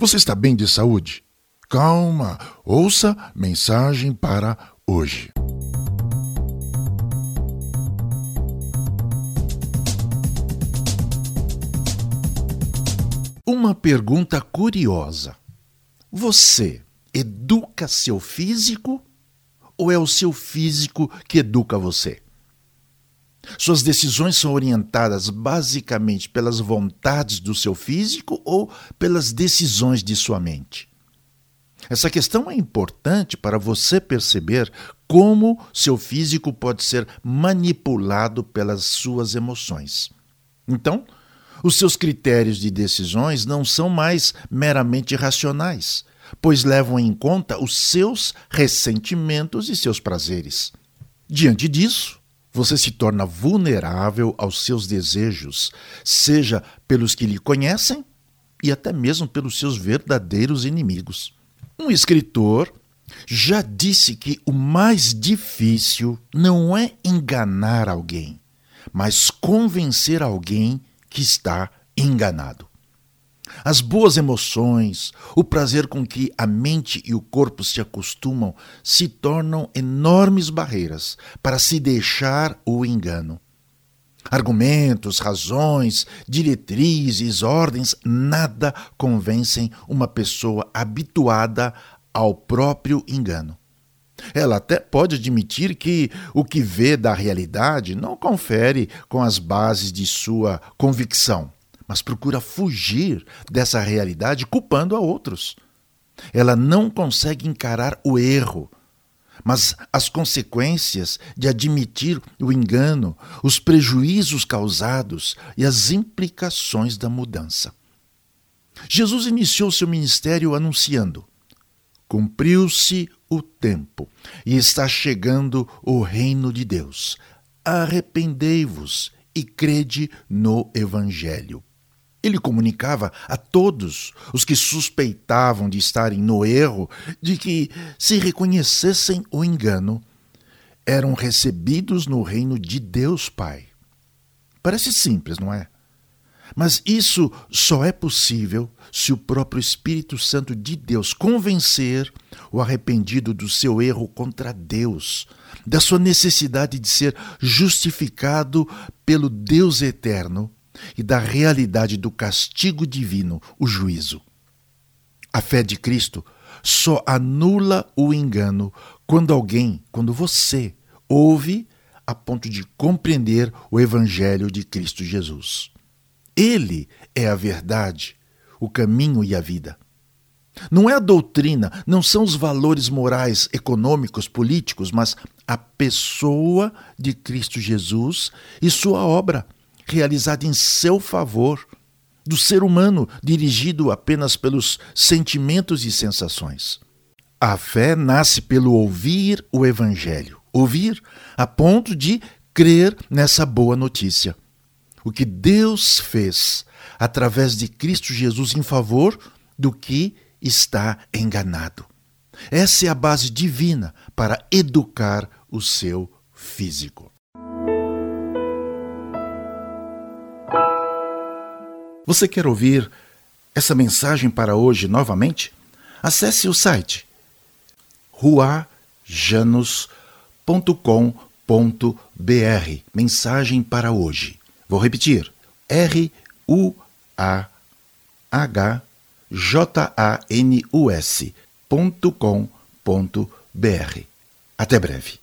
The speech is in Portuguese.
Você está bem de saúde? Calma, ouça mensagem para hoje. Uma pergunta curiosa. Você educa seu físico ou é o seu físico que educa você? Suas decisões são orientadas basicamente pelas vontades do seu físico ou pelas decisões de sua mente? Essa questão é importante para você perceber como seu físico pode ser manipulado pelas suas emoções. Então, os seus critérios de decisões não são mais meramente racionais, pois levam em conta os seus ressentimentos e seus prazeres. Diante disso, você se torna vulnerável aos seus desejos, seja pelos que lhe conhecem e até mesmo pelos seus verdadeiros inimigos. Um escritor já disse que o mais difícil não é enganar alguém, mas convencer alguém que está enganado. As boas emoções, o prazer com que a mente e o corpo se acostumam, se tornam enormes barreiras para se deixar o engano. Argumentos, razões, diretrizes, ordens, nada convencem uma pessoa habituada ao próprio engano. Ela até pode admitir que o que vê da realidade não confere com as bases de sua convicção, mas procura fugir dessa realidade culpando a outros. Ela não consegue encarar o erro, mas as consequências de admitir o engano, os prejuízos causados e as implicações da mudança. Jesus iniciou seu ministério anunciando: cumpriu-se o tempo e está chegando o reino de Deus. Arrependei-vos e crede no Evangelho. Ele comunicava a todos os que suspeitavam de estarem no erro de que, se reconhecessem o engano, eram recebidos no reino de Deus Pai. Parece simples, não é? Mas isso só é possível se o próprio Espírito Santo de Deus convencer o arrependido do seu erro contra Deus, da sua necessidade de ser justificado pelo Deus eterno e da realidade do castigo divino, o juízo. A fé de Cristo só anula o engano quando você ouve a ponto de compreender o Evangelho de Cristo Jesus. Ele é a verdade, o caminho e a vida. Não é a doutrina, não são os valores morais, econômicos, políticos, mas a pessoa de Cristo Jesus e sua obra, realizada em seu favor, do ser humano dirigido apenas pelos sentimentos e sensações. A fé nasce pelo ouvir o Evangelho, ouvir a ponto de crer nessa boa notícia. O que Deus fez através de Cristo Jesus em favor do que está enganado. Essa é a base divina para educar o seu físico. Você quer ouvir essa mensagem para hoje novamente? Acesse o site ruajanus.com.br. Mensagem para hoje. Vou repetir. ruajanus.com.br. Até breve.